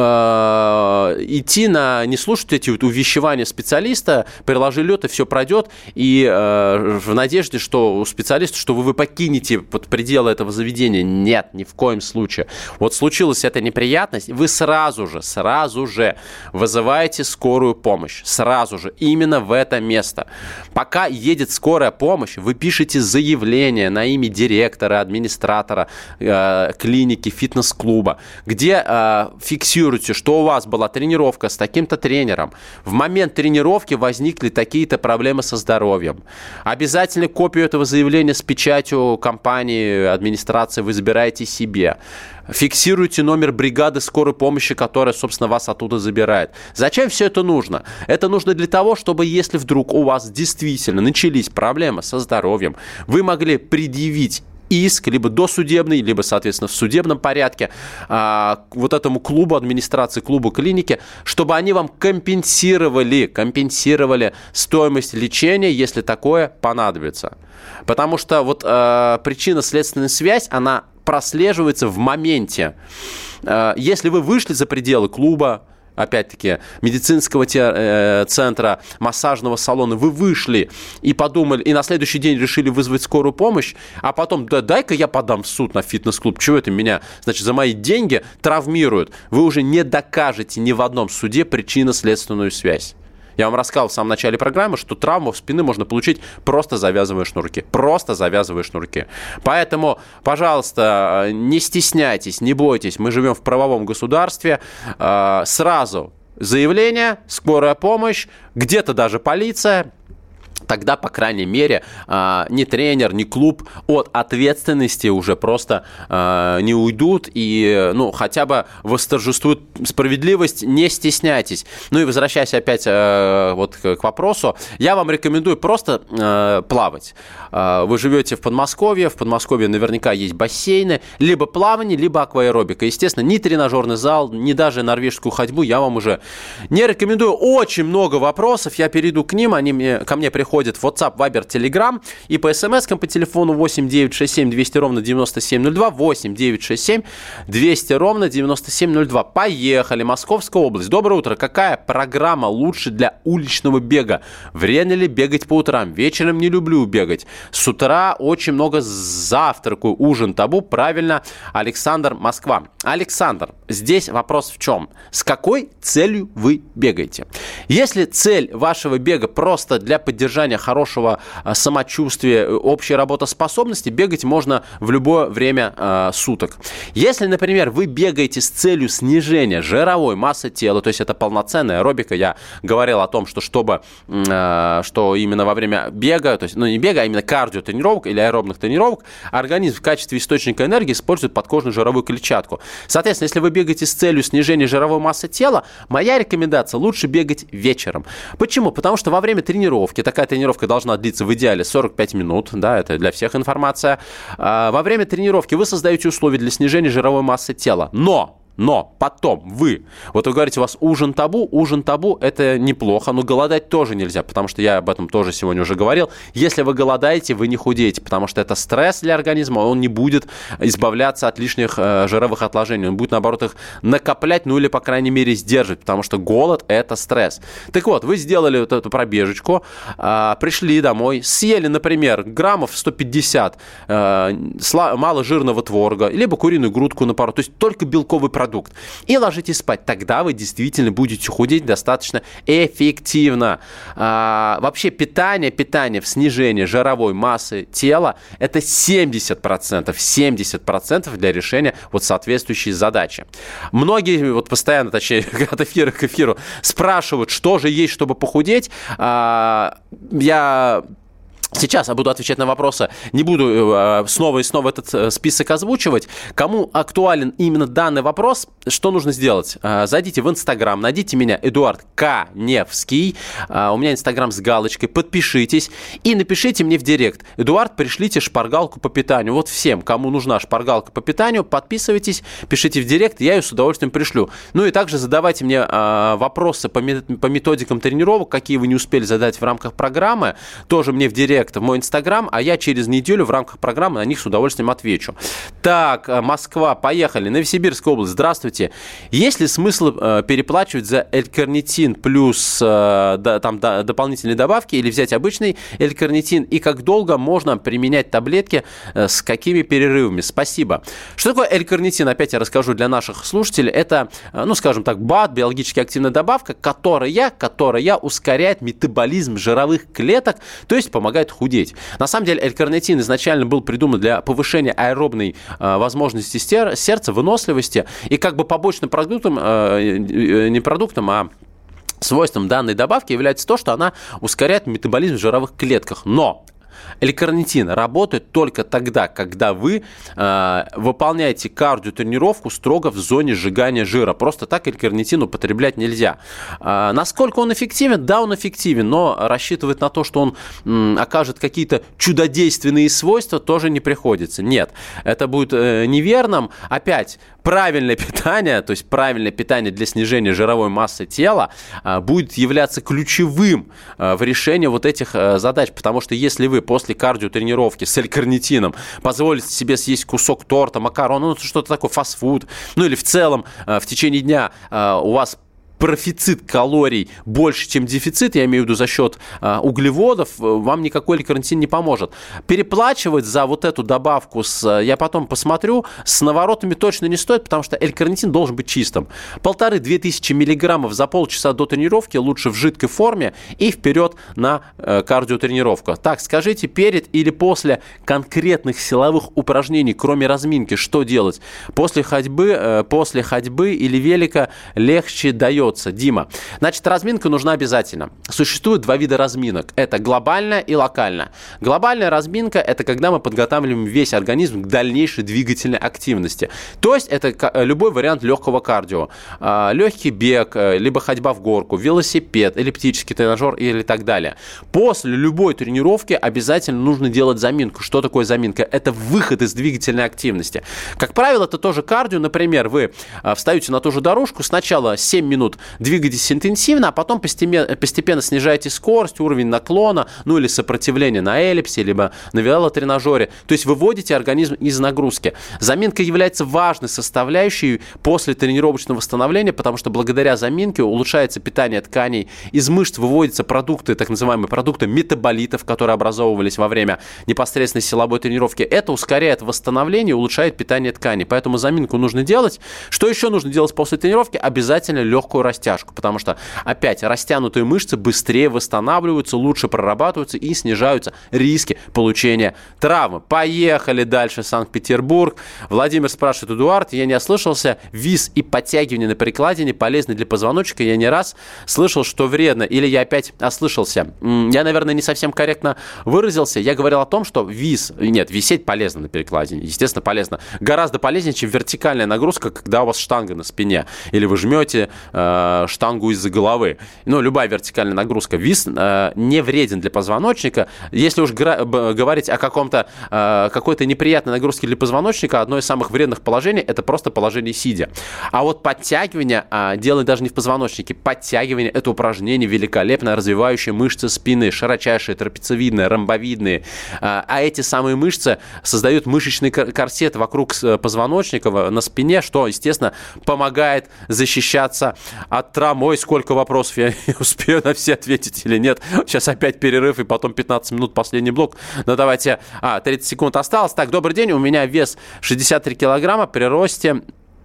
идти на, не слушать эти вот увещевания специалиста, приложи лед, и все пройдет, и э, в надежде, что у специалиста, что вы, вы покинете под пределы этого заведения. Нет, ни в коем случае. Вот случилась эта неприятность, вы сразу же, сразу же вызываете скорую помощь. Сразу же, именно в это место. Пока едет скорая помощь, вы пишете заявление на имя директора, администратора э, клиники, фитнес-клуба, где э, фиксируете, что у вас была тренировка с таким-то тренером. В момент тренировки возникли такие-то проблемы со здоровьем. Обязательно копию этого заявления с печатью компании, администрации вы забираете себе. Фиксируйте номер бригады скорой помощи, которая, собственно, вас оттуда забирает. Зачем все это нужно? Это нужно для того, чтобы, если вдруг у вас действительно начались проблемы со здоровьем, вы могли предъявить иск, либо досудебный, либо, соответственно, в судебном порядке а, вот этому клубу, администрации клуба, клиники, чтобы они вам компенсировали, компенсировали стоимость лечения, если такое понадобится. Потому что вот а, причинно-следственная связь, она прослеживается в моменте. А, если вы вышли за пределы клуба, опять-таки, медицинского центра, массажного салона, вы вышли и подумали, и на следующий день решили вызвать скорую помощь, а потом, да, дай-ка я подам в суд на фитнес-клуб, чего это меня, значит, за мои деньги травмируют, вы уже не докажете ни в одном суде причинно-следственную связь. Я вам рассказал в самом начале программы, что травму в спины можно получить, просто завязывая шнурки. Просто завязывая шнурки. Поэтому, пожалуйста, не стесняйтесь, не бойтесь. Мы живем в правовом государстве. Сразу заявление, скорая помощь, где-то даже полиция. Тогда, по крайней мере, ни тренер, ни клуб от ответственности уже просто не уйдут и, ну, хотя бы восторжествует справедливость, не стесняйтесь. Ну и возвращаясь опять вот к вопросу, я вам рекомендую просто плавать. Вы живете в Подмосковье, в Подмосковье наверняка есть бассейны, либо плавание, либо акваэробика. Естественно, ни тренажерный зал, ни даже норвежскую ходьбу я вам уже не рекомендую. Очень много вопросов, я перейду к ним, они мне, ко мне приходят. Ходит в WhatsApp, Viber, Telegram и по смс-кам по телефону восемь девятьсот шестьдесят семь двести ровно девяносто семь ноль два, восемь девятьсот шестьдесят семь двести ровно девяносто семь ноль два. Поехали. Московская область. Доброе утро. Какая программа лучше для уличного бега? Вредно ли бегать по утрам? Вечером не люблю бегать. С утра очень много завтракаю. Ужин табу. Правильно. Александр, Москва. Александр, здесь вопрос в чем? С какой целью вы бегаете? Если цель вашего бега просто для поддержания хорошего самочувствия, общей работоспособности, бегать можно в любое время э, суток. Если, например, вы бегаете с целью снижения жировой массы тела, то есть это полноценная аэробика, я говорил о том, что чтобы, э, что именно во время бега, то есть, ну не бега, а именно кардиотренировок или аэробных тренировок, организм в качестве источника энергии использует подкожную жировую клетчатку. Соответственно, если вы бегаете с целью снижения жировой массы тела, моя рекомендация — лучше бегать вечером. Почему? Потому что во время тренировки, такая тренировка должна длиться в идеале сорок пять минут, да, это для всех информация. Во время тренировки вы создаете условия для снижения жировой массы тела. Но! Но потом вы, вот вы говорите, у вас ужин табу, ужин табу, это неплохо, но голодать тоже нельзя, потому что я об этом тоже сегодня уже говорил. Если вы голодаете, вы не худеете, потому что это стресс для организма, он не будет избавляться от лишних э, жировых отложений, он будет, наоборот, их накоплять, ну или, по крайней мере, сдерживать, потому что голод – это стресс. Так вот, вы сделали вот эту пробежечку, э, пришли домой, съели, например, граммов сто пятьдесят э, сла- маложирного творога, либо куриную грудку на пару, то есть только белковый продукт. продукт. И ложитесь спать. Тогда вы действительно будете худеть достаточно эффективно. А, вообще питание, питание в снижении жировой массы тела – это семьдесят процентов. семьдесят процентов для решения вот соответствующей задачи. Многие вот постоянно, точнее, от эфира к эфиру спрашивают, что же есть, чтобы похудеть. А, я... Сейчас я буду отвечать на вопросы, не буду э, снова и снова этот э, список озвучивать. Кому актуален именно данный вопрос, что нужно сделать? Э, зайдите в Инстаграм, найдите меня, Эдуард Каневский. Э, у меня Инстаграм с галочкой, подпишитесь и напишите мне в директ. Эдуард, пришлите шпаргалку по питанию. Вот всем, кому нужна шпаргалка по питанию, подписывайтесь, пишите в директ, я ее с удовольствием пришлю. Ну и также задавайте мне э, вопросы по, по методикам тренировок, какие вы не успели задать в рамках программы, тоже мне в директ, в мой Инстаграм, а я через неделю в рамках программы на них с удовольствием отвечу. Так, Москва, поехали. Новосибирская область, здравствуйте. Есть ли смысл э, переплачивать за L-карнитин плюс э, да, там, да, дополнительные добавки или взять обычный L-карнитин? И как долго можно применять таблетки, э, с какими перерывами? Спасибо. Что такое L-карнитин? Опять я расскажу для наших слушателей. Это, э, ну, скажем так, БАД, биологически активная добавка, которая, которая ускоряет метаболизм жировых клеток, то есть помогает худеть. На самом деле L-карнитин изначально был придуман для повышения аэробной э, возможности стер- сердца, выносливости, и как бы побочным продуктом, э, не продуктом, а свойством данной добавки является то, что она ускоряет метаболизм в жировых клетках. Но L-карнитин работает только тогда, когда вы э, выполняете кардиотренировку строго в зоне сжигания жира. Просто так L-карнитин употреблять нельзя. Э, насколько он эффективен? Да, он эффективен, но рассчитывать на то, что он м, окажет какие-то чудодейственные свойства, тоже не приходится. Нет, это будет э, неверным. Опять, правильное питание, то есть правильное питание для снижения жировой массы тела э, будет являться ключевым э, в решении вот этих э, задач, потому что если вы после кардиотренировки с L-карнитином позволите себе съесть кусок торта, макарон, ну что-то такое, фастфуд, ну или в целом э, в течение дня э, у вас профицит калорий больше, чем дефицит, я имею в виду за счет э, углеводов, вам никакой L-карнитин не поможет. Переплачивать за вот эту добавку, с, я потом посмотрю, с наворотами точно не стоит, потому что L-карнитин должен быть чистым. Полторы-две тысячи миллиграммов за полчаса до тренировки лучше в жидкой форме и вперед на э, кардиотренировку. Так, скажите, перед или после конкретных силовых упражнений, кроме разминки, что делать? После ходьбы, э, после ходьбы или велика легче дает? Дима. Значит, разминка нужна обязательно. Существует два вида разминок. Это глобальная и локальная. Глобальная разминка – это когда мы подготавливаем весь организм к дальнейшей двигательной активности. То есть это любой вариант легкого кардио. Легкий бег, либо ходьба в горку, велосипед, эллиптический тренажер или так далее. После любой тренировки обязательно нужно делать заминку. Что такое заминка? Это выход из двигательной активности. Как правило, это тоже кардио. Например, вы встаете на ту же дорожку, сначала семь минут двигаетесь интенсивно, а потом постепенно, постепенно снижаете скорость, уровень наклона, ну или сопротивление на эллипсе, либо на велотренажере. То есть выводите организм из нагрузки. Заминка является важной составляющей после тренировочного восстановления, потому что благодаря заминке улучшается питание тканей, из мышц выводятся продукты, так называемые продукты метаболитов, которые образовывались во время непосредственной силовой тренировки. Это ускоряет восстановление и улучшает питание тканей. Поэтому заминку нужно делать. Что еще нужно делать после тренировки? Обязательно легкую растяжку, потому что, опять, растянутые мышцы быстрее восстанавливаются, лучше прорабатываются и снижаются риски получения травмы. Поехали дальше, Санкт-Петербург. Владимир спрашивает: Эдуард, я не ослышался, вис и подтягивание на перекладине полезны для позвоночника. Я не раз слышал, что вредно, или я опять ослышался. Я, наверное, не совсем корректно выразился. Я говорил о том, что вис, нет, висеть полезно на перекладине, естественно, полезно. Гораздо полезнее, чем вертикальная нагрузка, когда у вас штанга на спине, или вы жмете штангу из-за головы. Ну, любая вертикальная нагрузка. Вис э, не вреден для позвоночника. Если уж гра- б- говорить о каком-то, э, какой-то неприятной нагрузке для позвоночника, одно из самых вредных положений – это просто положение сидя. А вот подтягивание, э, дело даже не в позвоночнике, подтягивание – это упражнение великолепно развивающее мышцы спины, широчайшие, трапециевидные, ромбовидные. Э, а эти самые мышцы создают мышечный корсет вокруг позвоночника на спине, что, естественно, помогает защищаться от травм. Ой, сколько вопросов, я не успею на все ответить или нет. Сейчас опять перерыв и потом пятнадцать минут последний блок. Но давайте... А, тридцать секунд осталось. Так, добрый день, у меня вес шестьдесят три килограмма при росте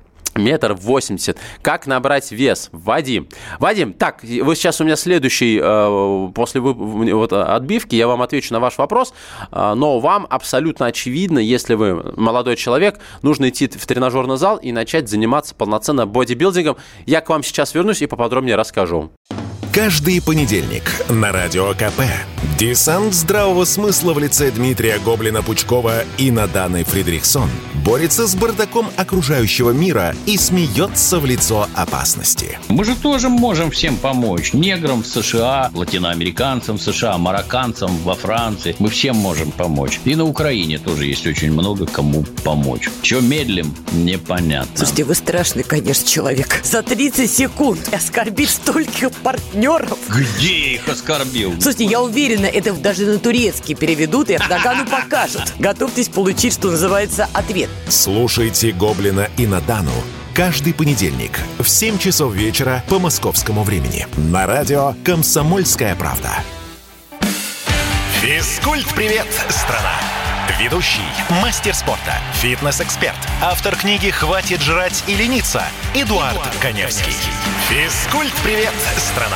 метр восемьдесят. Как набрать вес? Вадим. Вадим, так, вы сейчас у меня следующий, э, после вы, вот, отбивки, я вам отвечу на ваш вопрос, э, но вам абсолютно очевидно, если вы молодой человек, нужно идти в тренажерный зал и начать заниматься полноценно бодибилдингом. Я к вам сейчас вернусь и поподробнее расскажу. Каждый понедельник на Радио КП. Десант здравого смысла в лице Дмитрия Гоблина-Пучкова и Наданы Фридрихсон борется с бардаком окружающего мира и смеется в лицо опасности. Мы же тоже можем всем помочь. Неграм в США, латиноамериканцам в США, марокканцам во Франции. Мы всем можем помочь. И на Украине тоже есть очень много кому помочь. Чего медлим, непонятно. Слушайте, вы страшный, конечно, человек. За тридцать секунд оскорбить стольких партнеров. Где их оскорбил? Слушайте, я уверена, это даже на турецкий переведут и Эрдогану покажут. Готовьтесь получить, что называется, ответ. Слушайте Гоблина и Надану каждый понедельник в семь часов вечера по московскому времени на радио «Комсомольская правда». Физкульт-привет, страна! Ведущий, мастер спорта, фитнес-эксперт, автор книги «Хватит жрать и лениться» Эдуард, Эдуард Коневский. Физкульт-привет, страна!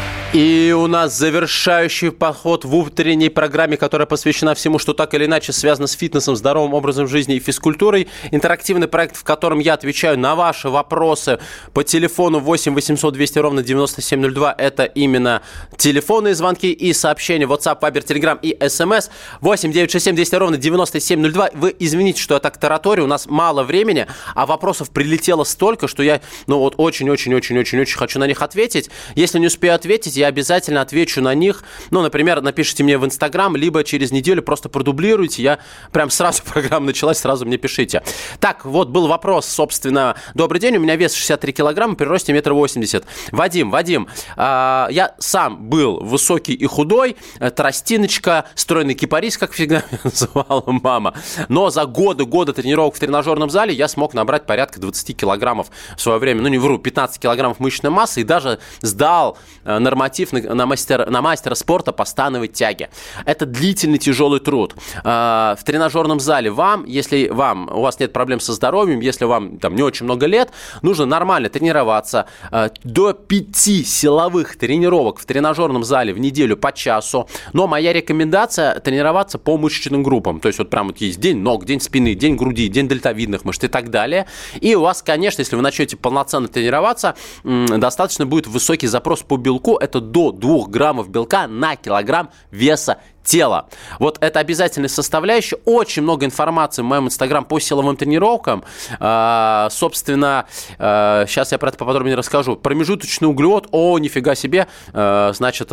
И у нас завершающий поход в утренней программе, которая посвящена всему, что так или иначе связано с фитнесом, здоровым образом жизни и физкультурой. Интерактивный проект, в котором я отвечаю на ваши вопросы по телефону восемь восемьсот двести ровно девяносто семь ноль два. Это именно телефонные звонки и сообщения. WhatsApp, Viber, Telegram и эс эм эс. восемь девятьсот шестьдесят семь двести ровно девяносто семь ноль два. Вы извините, что я так тараторю, у нас мало времени, а вопросов прилетело столько, что я ну вот очень-очень-очень-очень-очень хочу на них ответить. Если не успею ответить, я обязательно отвечу на них. Ну, например, напишите мне в Инстаграм, либо через неделю просто продублируйте. Я прям сразу, программа началась, сразу мне пишите. Так, вот был вопрос, собственно. Добрый день, у меня вес шестьдесят три килограмма, при росте метр восемьдесят. Вадим, Вадим, э, я сам был высокий и худой, тростиночка, стройный кипарис, как всегда называла мама. Но за годы, годы тренировок в тренажерном зале я смог набрать порядка двадцать килограммов в свое время. Ну, не вру, пятнадцать килограммов мышечной массы и даже сдал э, норматив На, на, мастер, на мастера спорта по становой тяге. Это длительный тяжелый труд. Э, в тренажерном зале вам, если вам, у вас нет проблем со здоровьем, если вам там не очень много лет, нужно нормально тренироваться. Э, до пяти силовых тренировок в тренажерном зале в неделю по часу. Но моя рекомендация тренироваться по мышечным группам. То есть вот прям вот есть день ног, день спины, день груди, день дельтовидных мышц и так далее. И у вас, конечно, если вы начнете полноценно тренироваться, м- достаточно будет высокий запрос по белку. Это до двух граммов белка на килограмм веса тела. Вот это обязательная составляющая. Очень много информации в моем инстаграм по силовым тренировкам. А, собственно, а, сейчас я про это поподробнее расскажу. Промежуточный углевод, о, нифига себе, а, значит,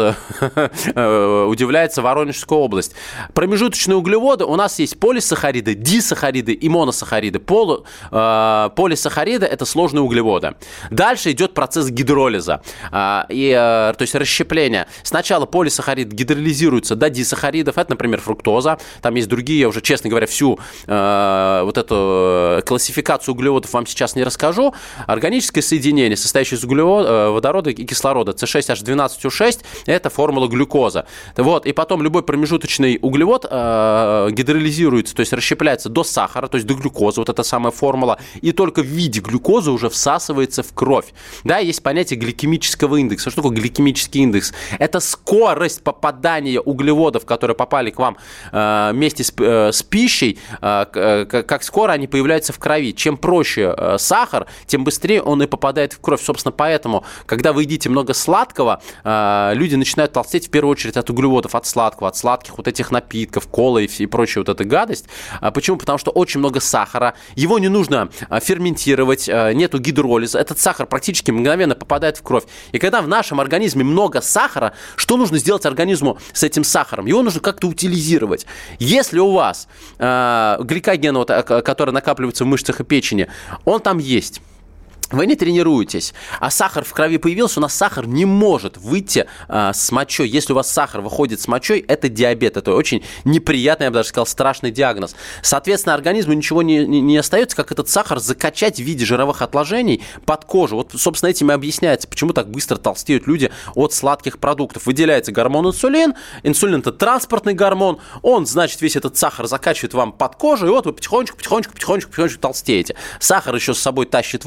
удивляется Воронежская область. Промежуточные углеводы, у нас есть полисахариды, дисахариды и моносахариды. Полу, а, полисахариды – это сложные углеводы. Дальше идет процесс гидролиза, а, и, а, то есть расщепления. Сначала полисахарид гидролизируется до дисахаридов. Это, например, фруктоза. Там есть другие, я уже, честно говоря, всю э, вот эту классификацию углеводов вам сейчас не расскажу. Органическое соединение, состоящее из углевода, э, водорода и кислорода, си шесть эйч двенадцать о шесть, это формула глюкоза. Вот. И потом любой промежуточный углевод э, гидролизируется, то есть расщепляется до сахара, то есть до глюкозы, вот эта самая формула, и только в виде глюкозы уже всасывается в кровь. Да, есть понятие гликемического индекса. Что такое гликемический индекс? Это скорость попадания углеводов, которые попали к вам э, вместе с, э, с пищей, э, как скоро они появляются в крови. Чем проще э, сахар, тем быстрее он и попадает в кровь. Собственно, поэтому, когда вы едите много сладкого, э, люди начинают толстеть в первую очередь от углеводов, от сладкого, от сладких вот этих напитков, колы и, и прочая вот эта гадость. А почему? Потому что очень много сахара. Его не нужно ферментировать, э, нету гидролиза. Этот сахар практически мгновенно попадает в кровь. И когда в нашем организме много сахара, что нужно сделать организму с этим сахаром? Его нужно как-то утилизировать. Если у вас э, гликоген, вот, который накапливается в мышцах и печени, он там есть. Вы не тренируетесь, а сахар в крови появился, у нас сахар не может выйти а, с мочой. Если у вас сахар выходит с мочой, это диабет. Это очень неприятный, я бы даже сказал, страшный диагноз. Соответственно, организму ничего не, не, не остается, как этот сахар закачать в виде жировых отложений под кожу. Вот, собственно, этим и объясняется, почему так быстро толстеют люди от сладких продуктов. Выделяется гормон инсулин. Инсулин – это транспортный гормон. Он, значит, весь этот сахар закачивает вам под кожу, и вот вы потихонечку, потихонечку, потихонечку, потихонечку толстеете. Сахар еще с собой тащит воду.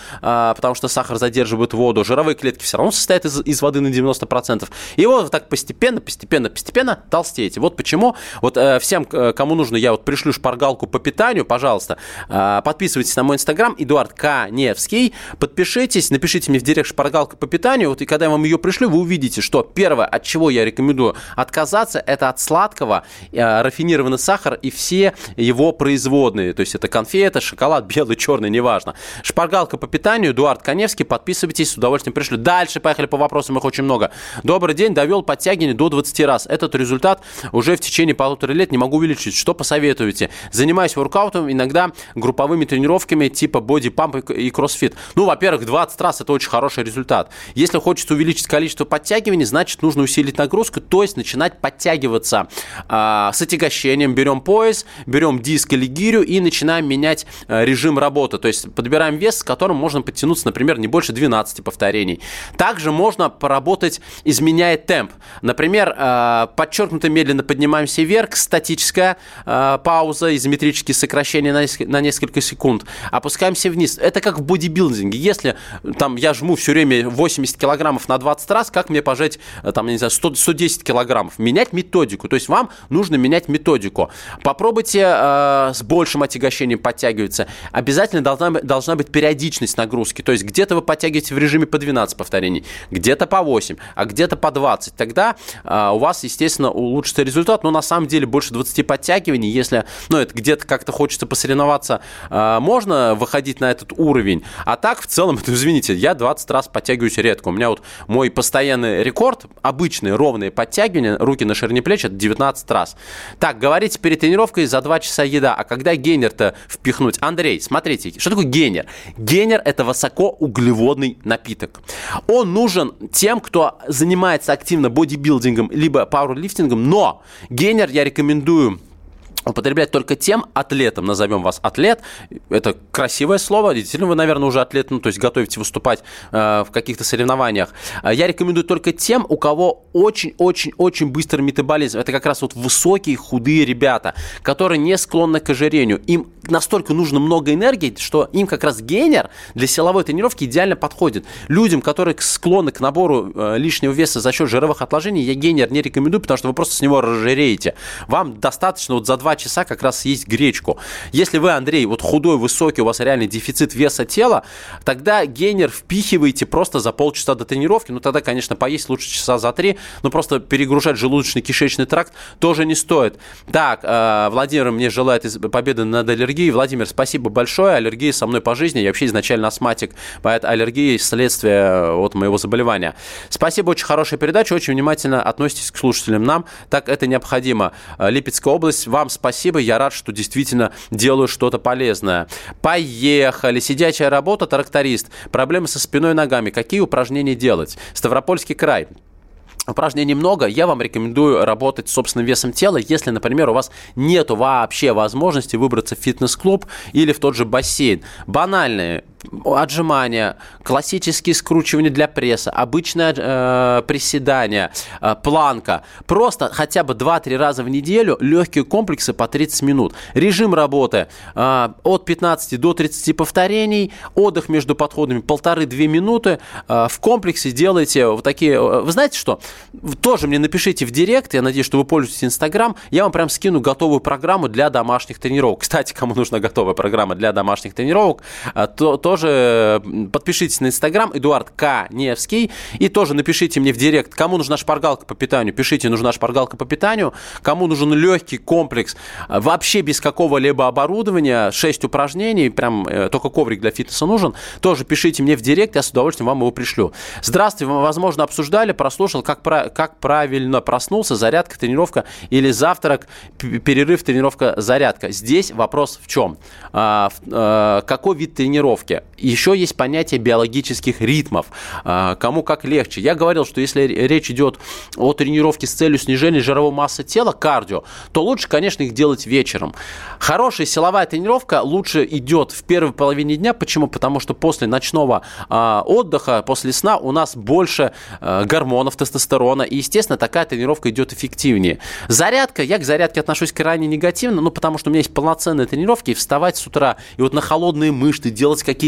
потому что сахар задерживает воду. Жировые клетки все равно состоят из, из воды на девяносто процентов. И вот так постепенно, постепенно, постепенно толстеете. Вот почему. Вот всем, кому нужно, я вот пришлю шпаргалку по питанию, пожалуйста, подписывайтесь на мой инстаграм, Эдуард Каневский, подпишитесь, напишите мне в директ шпаргалка по питанию, вот, и когда я вам ее пришлю, вы увидите, что первое, от чего я рекомендую отказаться, это от сладкого, рафинированный сахар и все его производные, то есть это конфеты, шоколад, белый, черный, неважно. Шпаргалка по питанию, Эдуард Каневский, подписывайтесь, с удовольствием пришлю. Дальше поехали по вопросам, их очень много. Добрый день, довел подтягивание до двадцати раз. Этот результат уже в течение полутора лет не могу увеличить. Что посоветуете? Занимаюсь воркаутом, иногда групповыми тренировками типа бодипамп и кроссфит. Ну, во-первых, двадцать раз это очень хороший результат. Если хочется увеличить количество подтягиваний, значит, нужно усилить нагрузку, то есть начинать подтягиваться а, с отягощением. Берем пояс, берем диск или гирю и начинаем менять а, режим работы. То есть подбираем вес, с которым можно подтянуться, например, не больше двенадцати повторений. Также можно поработать, изменяя темп. Например, а, подчеркнуто медленно поднимаемся вверх, статическая а, пауза, изометрические сокращения на, на несколько секунд. Опускаемся вниз. Это как в бодибилдинге. Если там я жму все время восемьдесят килограммов на двадцать раз, как мне пожать там, не знаю, сто, сто десять килограммов? Менять методику. То есть вам нужно менять методику. Попробуйте э, с большим отягощением подтягиваться. Обязательно должна, должна быть периодичность нагрузки. То есть где-то вы подтягиваете в режиме по двенадцать повторений, где-то по восемь, а где-то по двадцать. Тогда э, у вас, естественно, улучшится результат. Но на самом деле больше двадцати подтягиваний, если ну, это где-то как-то хочется посоревноваться, э, можно выходить на этот уровень. А так, в целом, это, извините, я двадцать раз подтягиваюсь редко. У меня вот мой постоянный рекорд, обычные ровные подтягивания, руки на ширине плеч, это девятнадцать раз. Так, говорите перед тренировкой за два часа еда. А когда гейнер-то впихнуть? Андрей, смотрите, что такое гейнер? Гейнер – это высокоуглеводный напиток. Он нужен тем, кто занимается активно бодибилдингом либо пауэрлифтингом, но гейнер я рекомендую употреблять только тем атлетам, назовем вас атлет, это красивое слово, действительно вы, наверное, уже атлет, ну, то есть готовите выступать э, в каких-то соревнованиях. Я рекомендую только тем, у кого очень-очень-очень быстрый метаболизм. Это как раз вот высокие, худые ребята, которые не склонны к ожирению. Им настолько нужно много энергии, что им как раз гейнер для силовой тренировки идеально подходит. Людям, которые склонны к набору э, лишнего веса за счет жировых отложений, я гейнер не рекомендую, потому что вы просто с него разжиреете. Вам достаточно вот за два часа как раз съесть гречку. Если вы, Андрей, вот худой, высокий, у вас реальный дефицит веса тела, тогда гейнер впихиваете просто за полчаса до тренировки. Ну, тогда, конечно, поесть лучше часа за три, но просто перегружать желудочно-кишечный тракт тоже не стоит. Так, э, Владимир мне желает победы над аллергией. Владимир, спасибо большое. Аллергия со мной по жизни. Я вообще изначально астматик, поэтому аллергия – следствие от моего заболевания. Спасибо, очень хорошая передача. Очень внимательно относитесь к слушателям нам. Так это необходимо. Липецкая область, вам спасибо. Спасибо, я рад, что действительно делаю что-то полезное. Поехали. Сидячая работа, тракторист. Проблемы со спиной и ногами. Какие упражнения делать? Ставропольский край. Упражнений много, я вам рекомендую работать с собственным весом тела, если, например, у вас нет вообще возможности выбраться в фитнес-клуб или в тот же бассейн. Банальные отжимания, классические скручивания для пресса, обычное э, приседание, э, планка. Просто хотя бы два-три раза в неделю легкие комплексы по тридцать минут. Режим работы э, от пятнадцати до тридцати повторений, отдых между подходами полторы-две минуты. Э, в комплексе делайте вот такие... Вы знаете что? Тоже мне напишите в директ, я надеюсь, что вы пользуетесь Инстаграм, я вам прям скину готовую программу для домашних тренировок. Кстати, кому нужна готовая программа для домашних тренировок, то, тоже подпишитесь на Инстаграм, Эдуард Каневский, и тоже напишите мне в директ, кому нужна шпаргалка по питанию, пишите, нужна шпаргалка по питанию, кому нужен легкий комплекс, вообще без какого-либо оборудования, шесть упражнений, прям только коврик для фитнеса нужен, тоже пишите мне в директ, я с удовольствием вам его пришлю. Здравствуйте, мы, возможно, обсуждали, прослушал, как как правильно проснулся, зарядка, тренировка или завтрак, перерыв, тренировка, зарядка. Здесь вопрос в чем? А, а, какой вид тренировки? Еще есть понятие биологических ритмов. А, кому как легче. Я говорил, что если речь идет о тренировке с целью снижения жировой массы тела, кардио, то лучше, конечно, их делать вечером. Хорошая силовая тренировка лучше идет в первой половине дня. Почему? Потому что после ночного а, отдыха, после сна у нас больше а, гормонов, тестостерона, и, естественно, такая тренировка идет эффективнее. Зарядка, я к зарядке отношусь крайне негативно, ну, потому что у меня есть полноценные тренировки, и вставать с утра, и вот на холодные мышцы делать какие-то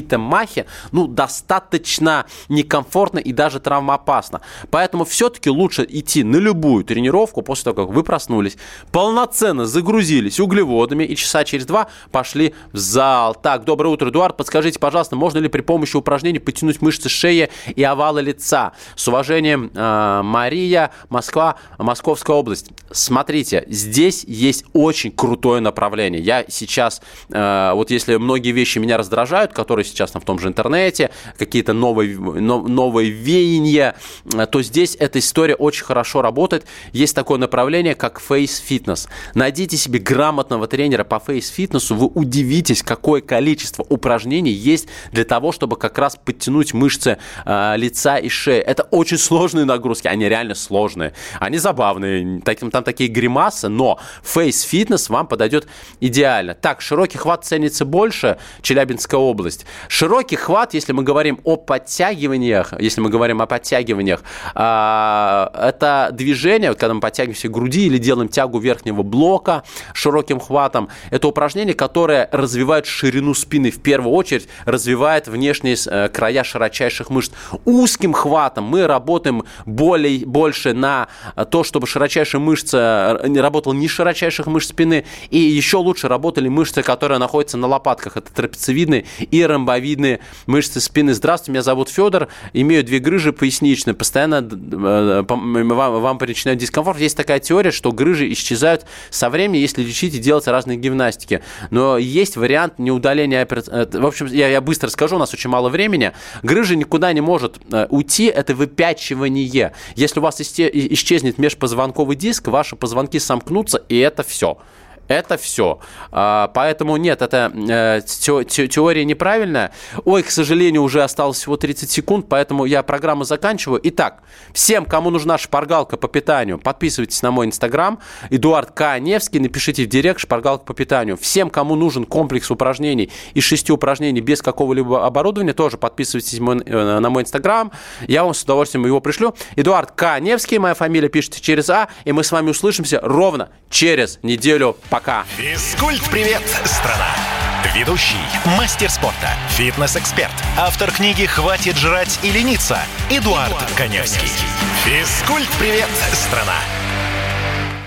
какие-то махи, ну, достаточно некомфортно и даже травмоопасно. Поэтому все-таки лучше идти на любую тренировку после того, как вы проснулись, полноценно загрузились углеводами и часа через два пошли в зал. Так, доброе утро, Эдуард. Подскажите, пожалуйста, можно ли при помощи упражнений подтянуть мышцы шеи и овала лица? С уважением, Мария, Москва, Московская область. Смотрите, здесь есть очень крутое направление. Я сейчас, вот если многие вещи меня раздражают, которые сейчас там в том же интернете, какие-то новые, новые веяния, то здесь эта история очень хорошо работает. Есть такое направление, как фейс-фитнес. Найдите себе грамотного тренера по фейс-фитнесу, вы удивитесь, какое количество упражнений есть для того, чтобы как раз подтянуть мышцы э, лица и шеи. Это очень сложные нагрузки, они реально сложные, они забавные, там, там такие гримасы, но фейс-фитнес вам подойдет идеально. Так, широкий хват ценится больше, Челябинская область. Широкий хват, если мы говорим о подтягиваниях, если мы говорим о подтягиваниях, э, это движение, вот когда мы подтягиваемся к груди или делаем тягу верхнего блока широким хватом, это упражнение, которое развивает ширину спины, в первую очередь развивает внешние э, края широчайших мышц. Узким хватом мы работаем более, больше на то, чтобы широчайшая мышца работала не широчайших мышц спины, и еще лучше работали мышцы, которые находятся на лопатках. Это трапециевидные и ромбовидные мышцы спины. Здравствуйте, меня зовут Федор, имею две грыжи поясничные, постоянно э, вам, вам причиняют дискомфорт. Есть такая теория, что грыжи исчезают со временем, если лечить и делать разные гимнастики. Но есть вариант неудаления. В общем, я, я быстро скажу, у нас очень мало времени. Грыжа никуда не может уйти, это выпячивание. Если у вас исчезнет межпозвонковый диск, ваши позвонки сомкнутся, и это все. Это все. Поэтому нет, это теория неправильная. Ой, к сожалению, уже осталось всего тридцать секунд, поэтому я программу заканчиваю. Итак, всем, кому нужна шпаргалка по питанию, подписывайтесь на мой инстаграм, Эдуард К. Невский, напишите в директ шпаргалка по питанию. Всем, кому нужен комплекс упражнений из шести упражнений без какого-либо оборудования, тоже подписывайтесь на мой инстаграм, я вам с удовольствием его пришлю. Эдуард К. Невский, моя фамилия пишется через А, и мы с вами услышимся ровно через неделю. Пока. Физкульт-привет, страна! Ведущий, мастер спорта, фитнес-эксперт, автор книги «Хватит жрать и лениться» Эдуард Коневский. Физкульт-привет, страна!